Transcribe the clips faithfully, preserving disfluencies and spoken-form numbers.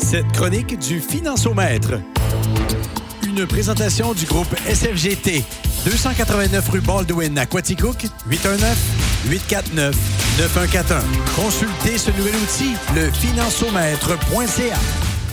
Cette chronique du Financiomètre. Une présentation du groupe S F G T. deux cent quatre-vingt-neuf rue Baldwin à Quaticook, huit un neuf, huit quatre neuf, neuf un quatre un. Consultez ce nouvel outil, le financiomètre point c a.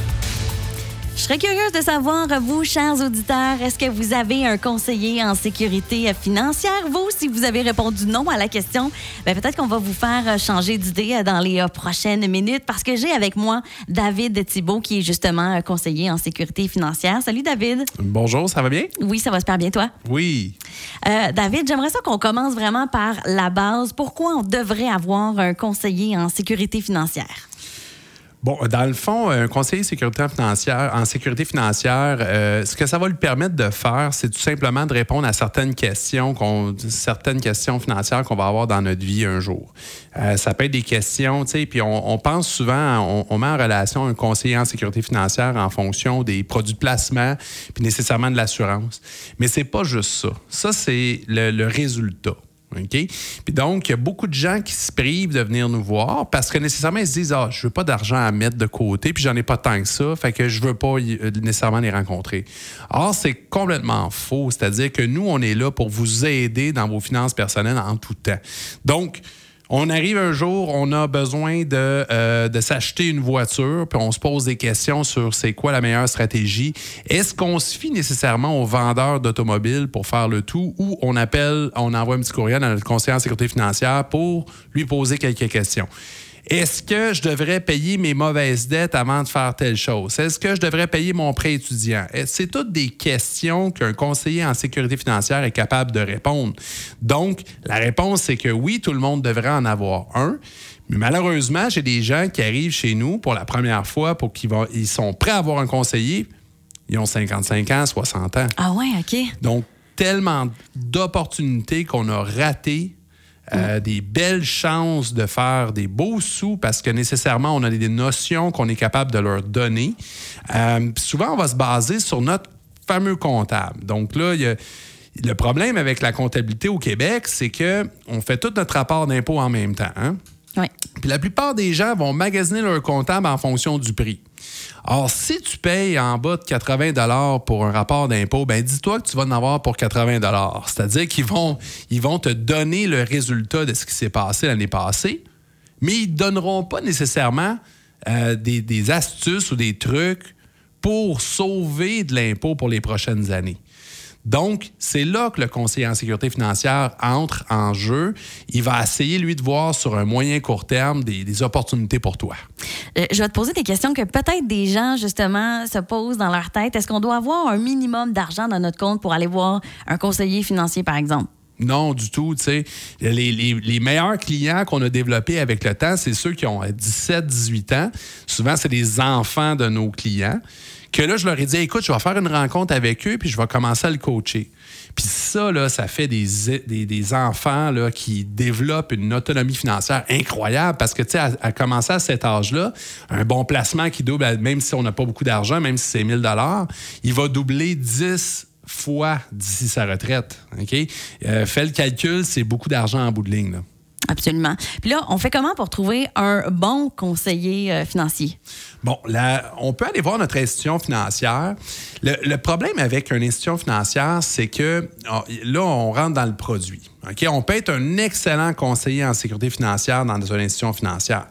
Je serais curieuse de savoir, vous, chers auditeurs, est-ce que vous avez un conseiller en sécurité financière? Vous, si vous avez répondu non à la question, bien, peut-être qu'on va vous faire changer d'idée dans les prochaines minutes parce que j'ai avec moi David Thibault, qui est justement conseiller en sécurité financière. Salut, David. Bonjour, ça va bien? Oui, ça va super bien, toi? Oui. Euh, David, j'aimerais ça qu'on commence vraiment par la base. Pourquoi on devrait avoir un conseiller en sécurité financière? Bon, dans le fond, un conseiller sécurité financière, en sécurité financière, euh, ce que ça va lui permettre de faire, c'est tout simplement de répondre à certaines questions, qu'on, certaines questions financières qu'on va avoir dans notre vie un jour. Euh, ça peut être des questions, tu sais, puis on, on pense souvent, on, on met en relation un conseiller en sécurité financière en fonction des produits de placement, puis nécessairement de l'assurance. Mais c'est pas juste ça. Ça, c'est le, le résultat. OK? Puis donc, il y a beaucoup de gens qui se privent de venir nous voir parce que nécessairement, ils se disent « Ah, je veux pas d'argent à mettre de côté, puis j'en ai pas tant que ça, fait que je veux pas nécessairement les rencontrer. » Or, c'est complètement faux. C'est-à-dire que nous, on est là pour vous aider dans vos finances personnelles en tout temps. Donc, on arrive un jour, on a besoin de, euh, de s'acheter une voiture, puis on se pose des questions sur c'est quoi la meilleure stratégie. Est-ce qu'on se fie nécessairement aux vendeurs d'automobiles pour faire le tout ou on appelle, on envoie un petit courriel à notre conseiller en sécurité financière pour lui poser quelques questions? Est-ce que je devrais payer mes mauvaises dettes avant de faire telle chose? Est-ce que je devrais payer mon prêt étudiant? C'est toutes des questions qu'un conseiller en sécurité financière est capable de répondre. Donc, la réponse, c'est que oui, tout le monde devrait en avoir un. Mais malheureusement, j'ai des gens qui arrivent chez nous pour la première fois, pour qu'ils vont, ils sont prêts à avoir un conseiller. Ils ont cinquante-cinq ans, soixante ans. Ah ouais, OK. Donc, tellement d'opportunités qu'on a ratées. Euh, des belles chances de faire des beaux sous parce que nécessairement, on a des notions qu'on est capable de leur donner. Euh, souvent, on va se baser sur notre fameux comptable. Donc là, il y a, le problème avec la comptabilité au Québec, c'est qu'on fait tout notre rapport d'impôt en même temps. Hein? Oui. Puis la plupart des gens vont magasiner leur comptable en fonction du prix. Or, si tu payes en bas de quatre-vingts dollars pour un rapport d'impôt, ben dis-toi que tu vas en avoir pour quatre-vingts dollars. C'est-à-dire qu'ils vont, ils vont te donner le résultat de ce qui s'est passé l'année passée, mais ils ne donneront pas nécessairement euh, des, des astuces ou des trucs pour sauver de l'impôt pour les prochaines années. Donc, c'est là que le conseiller en sécurité financière entre en jeu. Il va essayer, lui, de voir sur un moyen court terme des, des opportunités pour toi. Euh, je vais te poser des questions que peut-être des gens, justement, se posent dans leur tête. Est-ce qu'on doit avoir un minimum d'argent dans notre compte pour aller voir un conseiller financier, par exemple? Non, du tout. Tu sais, les, les, les meilleurs clients qu'on a développés avec le temps, c'est ceux qui ont dix-sept, dix-huit ans. Souvent, c'est des enfants de nos clients. Que là, je leur ai dit, écoute, je vais faire une rencontre avec eux, puis je vais commencer à le coacher. Puis ça, là, ça fait des, des, des enfants là, qui développent une autonomie financière incroyable parce que, tu sais, à, à commencer à cet âge-là, un bon placement qui double, même si on n'a pas beaucoup d'argent, même si c'est mille dollars, il va doubler dix fois d'ici sa retraite. OK? Euh, fais le calcul, c'est beaucoup d'argent en bout de ligne, là. Absolument. Puis là, on fait comment pour trouver un bon conseiller euh, financier? Bon, là, on peut aller voir notre institution financière. Le, le problème avec une institution financière, c'est que là, on rentre dans le produit. OK? On peut être un excellent conseiller en sécurité financière dans une institution financière.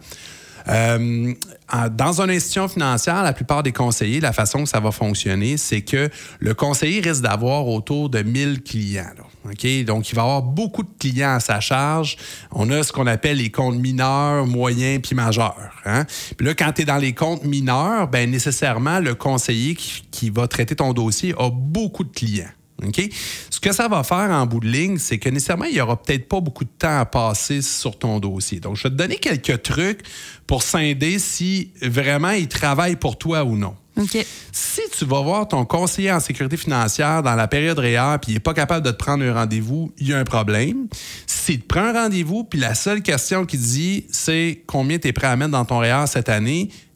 Euh, dans une institution financière, la plupart des conseillers, la façon que ça va fonctionner, c'est que le conseiller risque d'avoir autour de mille clients. Là. Okay? Donc, il va avoir beaucoup de clients à sa charge. On a ce qu'on appelle les comptes mineurs, moyens puis majeurs. Hein? Puis là, quand tu es dans les comptes mineurs, ben nécessairement, le conseiller qui, qui va traiter ton dossier a beaucoup de clients. Okay? Ce que ça va faire en bout de ligne, c'est que nécessairement, il n'y aura peut-être pas beaucoup de temps à passer sur ton dossier. Donc, je vais te donner quelques trucs pour scinder si vraiment il travaille pour toi ou non. Okay. Si tu vas voir ton conseiller en sécurité financière dans la période R E E R puis il n'est pas capable de te prendre un rendez-vous, il y a un problème. S'il te prend un rendez-vous puis la seule question qu'il dit, c'est combien tu es prêt à mettre dans ton R E E R cette année,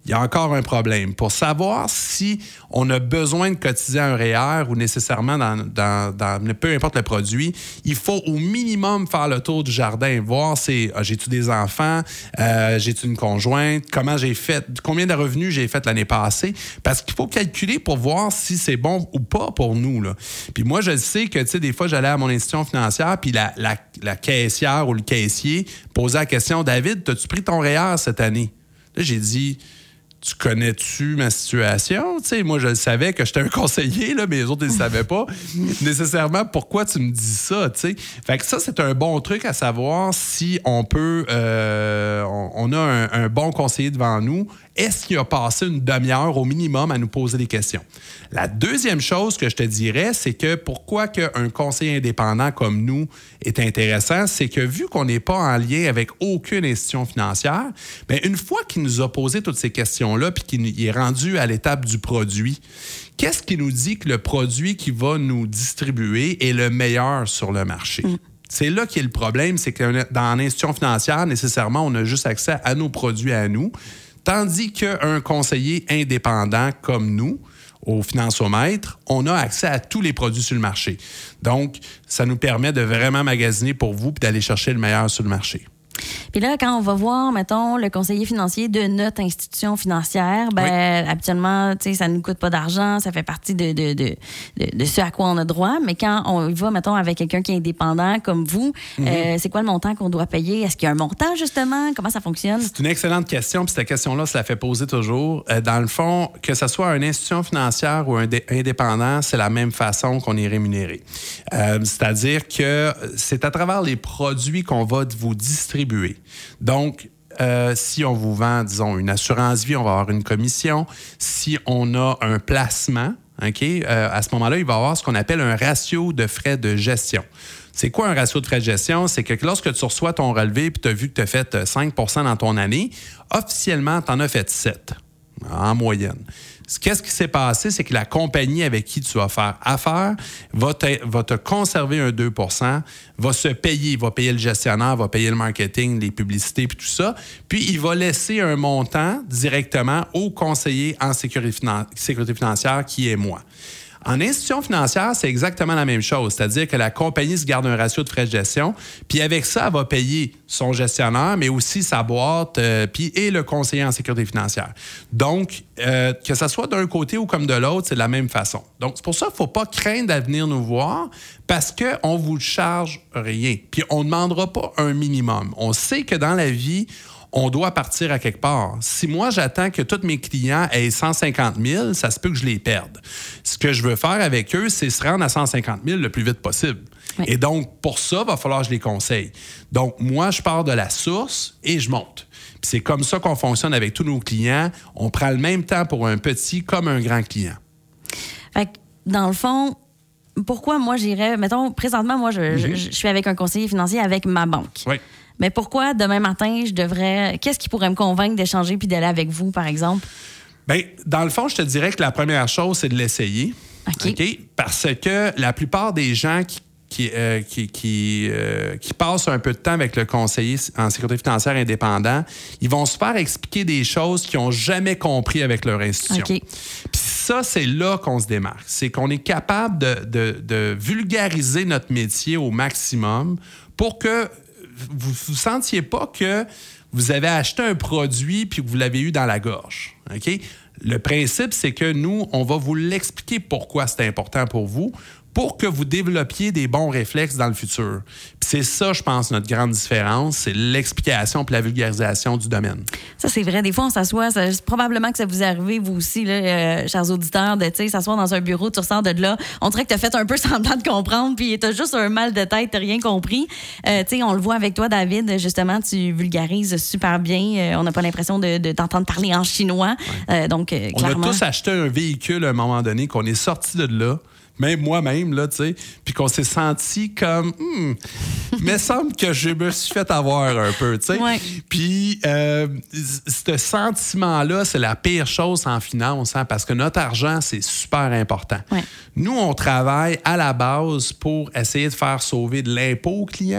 il y a encore un problème. Pour savoir si on a besoin de cotiser un R E E R ou nécessairement dans, dans, dans peu importe le produit, il faut au minimum faire le tour du jardin, voir si ah, j'ai-tu des enfants, euh, j'ai-tu une conjointe, comment j'ai fait, combien de revenus j'ai fait l'année passée, parce qu'il faut calculer pour voir si c'est bon ou pas pour nous, là. Puis moi, je sais que, tu sais, des fois, j'allais à mon institution financière, puis la, la, la caissière ou le caissier posait la question, « David, t'as-tu pris ton R E E R cette année? » Là, j'ai dit... Tu connais-tu ma situation? Tu sais, moi, je le savais que j'étais un conseiller, là, mais les autres, ils ne savaient pas nécessairement pourquoi tu me dis ça. Tu sais. Fait que ça, c'est un bon truc à savoir si on peut... Euh, on, on a un, un bon conseiller devant nous. Est-ce qu'il a passé une demi-heure au minimum à nous poser des questions? La deuxième chose que je te dirais, c'est que pourquoi qu'un conseiller indépendant comme nous est intéressant, c'est que vu qu'on n'est pas en lien avec aucune institution financière, bien, une fois qu'il nous a posé toutes ces questions-là puis qu'il est rendu à l'étape du produit, qu'est-ce qui nous dit que le produit qu'il va nous distribuer est le meilleur sur le marché? Mm. C'est là qu'il y a le problème, c'est que dans l'institution financière, nécessairement, on a juste accès à nos produits à nous, tandis qu'un conseiller indépendant comme nous, au Financiomètre, on a accès à tous les produits sur le marché. Donc, ça nous permet de vraiment magasiner pour vous et d'aller chercher le meilleur sur le marché. Puis là, quand on va voir, mettons, le conseiller financier de notre institution financière, ben oui. habituellement, tu sais, ça ne nous coûte pas d'argent, ça fait partie de, de, de, de, de ce à quoi on a droit. Mais quand on y va, mettons, avec quelqu'un qui est indépendant comme vous, mm-hmm. euh, c'est quoi le montant qu'on doit payer? Est-ce qu'il y a un montant, justement? Comment ça fonctionne? C'est une excellente question. Puis cette question-là, ça la fait poser toujours. Euh, dans le fond, que ce soit une institution financière ou un dé- indépendant, c'est la même façon qu'on est rémunéré. Euh, c'est-à-dire que c'est à travers les produits qu'on va vous distribuer. Donc, euh, si on vous vend, disons, une assurance vie, on va avoir une commission. Si on a un placement, OK, euh, à ce moment-là, il va y avoir ce qu'on appelle un ratio de frais de gestion. C'est quoi un ratio de frais de gestion? C'est que lorsque tu reçois ton relevé et tu as vu que tu as fait cinq pour cent dans ton année, officiellement, tu en as fait sept en moyenne. Qu'est-ce qui s'est passé? C'est que la compagnie avec qui tu vas faire affaire va te, va te conserver un deux pour cent, va se payer, va payer le gestionnaire, va payer le marketing, les publicités, puis tout ça. Puis, il va laisser un montant directement au conseiller en sécurité, finan- sécurité financière qui est moi. En institution financière, c'est exactement la même chose, c'est-à-dire que la compagnie se garde un ratio de frais de gestion, puis avec ça, elle va payer son gestionnaire, mais aussi sa boîte, euh, puis et le conseiller en sécurité financière. Donc, euh, que ce soit d'un côté ou comme de l'autre, c'est de la même façon. Donc, c'est pour ça qu'il ne faut pas craindre à venir nous voir parce qu'on ne vous charge rien. Puis, on ne demandera pas un minimum. On sait que dans la vie, on doit partir à quelque part. Si moi, j'attends que tous mes clients aient cent cinquante mille, ça se peut que je les perde. Ce que je veux faire avec eux, c'est se rendre à cent cinquante mille le plus vite possible. Oui. Et donc, pour ça, il va falloir que je les conseille. Donc, moi, je pars de la source et je monte. Puis c'est comme ça qu'on fonctionne avec tous nos clients. On prend le même temps pour un petit comme un grand client. Fait que, dans le fond, pourquoi moi, j'irais... Mettons, présentement, moi, je, mm-hmm. je, je suis avec un conseiller financier avec ma banque. Oui. Mais pourquoi demain matin, je devrais... Qu'est-ce qui pourrait me convaincre d'échanger puis d'aller avec vous, par exemple? Bien, dans le fond, je te dirais que la première chose, c'est de l'essayer. OK. Okay? Parce que la plupart des gens qui, qui, euh, qui, qui, euh, qui passent un peu de temps avec le conseiller en sécurité financière indépendant, ils vont se faire expliquer des choses qu'ils n'ont jamais compris avec leur institution. OK. Puis ça, c'est là qu'on se démarque. C'est qu'on est capable de, de, de vulgariser notre métier au maximum pour que vous ne sentiez pas que vous avez acheté un produit puis que vous l'avez eu dans la gorge. OK? Le principe, c'est que nous, on va vous l'expliquer pourquoi c'est important pour vous, pour que vous développiez des bons réflexes dans le futur. Puis c'est ça, je pense, notre grande différence, c'est l'explication et la vulgarisation du domaine. Ça, c'est vrai. Des fois, on s'assoit, ça, probablement que ça vous est arrivé, vous aussi, là, euh, chers auditeurs, de s'asseoir dans un bureau, tu ressors de là, on dirait que tu as fait un peu semblant de comprendre, puis tu as juste un mal de tête, tu n'as rien compris. Euh, on le voit avec toi, David, justement, tu vulgarises super bien. Euh, on n'a pas l'impression de, de t'entendre parler en chinois. Ouais. Euh, donc, euh, on clairement... a tous acheté un véhicule à un moment donné, qu'on est sorti de là, même moi-même, là, tu sais, puis qu'on s'est senti comme, hmm, il me semble que je me suis fait avoir un peu, tu sais. Ouais. Puis, euh, ce sentiment-là, c'est la pire chose en finance, hein, parce que notre argent, c'est super important. Ouais. Nous, on travaille à la base pour essayer de faire sauver de l'impôt aux clients.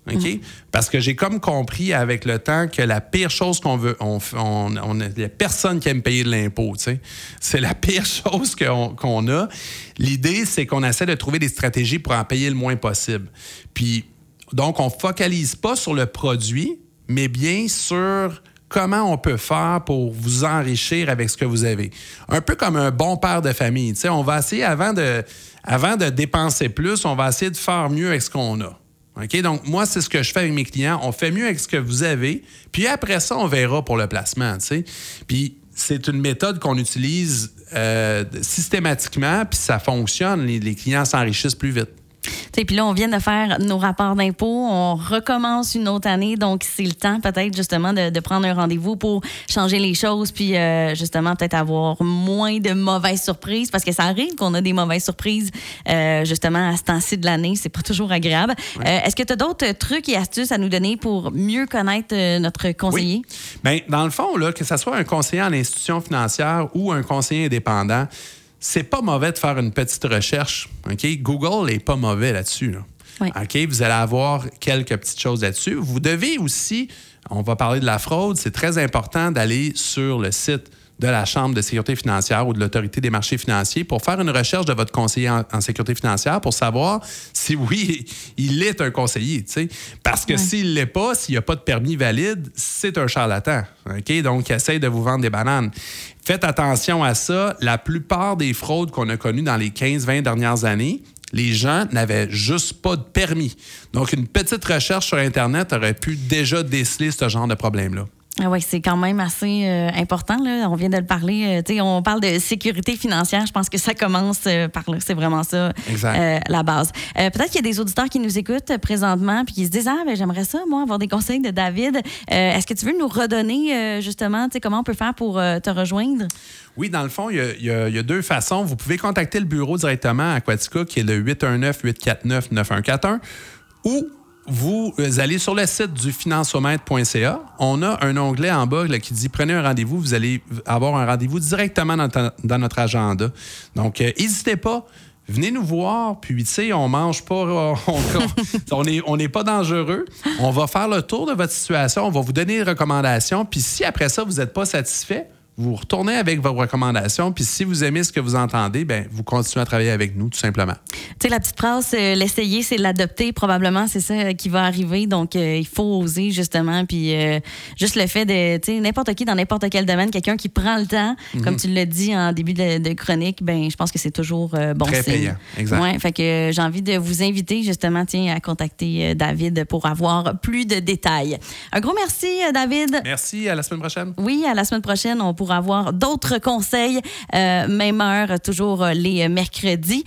OK? Mm-hmm. Parce que j'ai comme compris avec le temps que la pire chose qu'on veut, on, on, on a, il n'y a personne qui aime payer de l'impôt, tu sais. C'est la pire chose qu'on, qu'on a. L'idée, c'est qu'on essaie de trouver des stratégies pour en payer le moins possible. Puis, donc, on ne focalise pas sur le produit, mais bien sur comment on peut faire pour vous enrichir avec ce que vous avez. Un peu comme un bon père de famille. Tu sais, on va essayer, avant de, avant de dépenser plus, on va essayer de faire mieux avec ce qu'on a. OK? Donc, moi, c'est ce que je fais avec mes clients. On fait mieux avec ce que vous avez, puis après ça, on verra pour le placement, tu sais. Puis, c'est une méthode qu'on utilise euh, systématiquement, puis ça fonctionne. Les, les clients s'enrichissent plus vite. Puis là, on vient de faire nos rapports d'impôts. On recommence une autre année. Donc, c'est le temps peut-être justement de, de prendre un rendez-vous pour changer les choses puis euh, justement peut-être avoir moins de mauvaises surprises parce que ça arrive qu'on a des mauvaises surprises euh, justement à ce temps-ci de l'année. C'est pas toujours agréable. Ouais. Euh, est-ce que tu as d'autres trucs et astuces à nous donner pour mieux connaître euh, notre conseiller? Oui. Bien, dans le fond, là, que ce soit un conseiller en institution financière ou un conseiller indépendant, c'est pas mauvais de faire une petite recherche. OK? Google n'est pas mauvais là-dessus. Là. Oui. OK? Vous allez avoir quelques petites choses là-dessus. Vous devez aussi, on va parler de la fraude, c'est très important d'aller sur le site de la Chambre de sécurité financière ou de l'Autorité des marchés financiers pour faire une recherche de votre conseiller en, en sécurité financière pour savoir si, oui, il est un conseiller. T'sais. Parce que oui. s'il ne l'est pas, s'il n'y a pas de permis valide, c'est un charlatan. OK? Donc, il essaie de vous vendre des bananes. Faites attention à ça. La plupart des fraudes qu'on a connues dans les quinze vingt dernières années, les gens n'avaient juste pas de permis. Donc, une petite recherche sur Internet aurait pu déjà déceler ce genre de problème-là. Ah oui, c'est quand même assez euh, important. Là. On vient de le parler. Euh, on parle de sécurité financière. Je pense que ça commence euh, par là. C'est vraiment ça, euh, la base. Euh, peut-être qu'il y a des auditeurs qui nous écoutent présentement et qui se disent « Ah, ben, j'aimerais ça, moi, avoir des conseils de David. Euh, » Est-ce que tu veux nous redonner, euh, justement, comment on peut faire pour euh, te rejoindre? Oui, dans le fond, il y, a, il, y a, il y a deux façons. Vous pouvez contacter le bureau directement à Quaticook, qui est le huit un neuf, huit quatre neuf, neuf un quatre un, ou vous allez sur le site du financiomètre point c a. On a un onglet en bas là, qui dit « Prenez un rendez-vous ». Vous allez avoir un rendez-vous directement dans, ta, dans notre agenda. Donc, n'hésitez euh, pas. Venez nous voir, puis tu sais, on mange pas, on, on n'est on est pas dangereux. On va faire le tour de votre situation, on va vous donner des recommandations, puis si après ça, vous n'êtes pas satisfait, vous retournez avec vos recommandations, puis si vous aimez ce que vous entendez, ben vous continuez à travailler avec nous, tout simplement. Tu sais, la petite phrase, euh, l'essayer, c'est l'adopter, probablement, c'est ça euh, qui va arriver. Donc, euh, il faut oser, justement. Puis, euh, juste le fait de, tu sais, n'importe qui, dans n'importe quel domaine, quelqu'un qui prend le temps, mm-hmm. comme tu l'as dit en début de, de chronique, ben je pense que c'est toujours euh, bon Très signe. payant, exact. Ouais, fait que euh, j'ai envie de vous inviter, justement, tiens, à contacter euh, David pour avoir plus de détails. Un gros merci, euh, David. Merci, à la semaine prochaine. Oui, à la semaine prochaine, on pourra avoir d'autres conseils, euh, même heure, toujours les mercredis.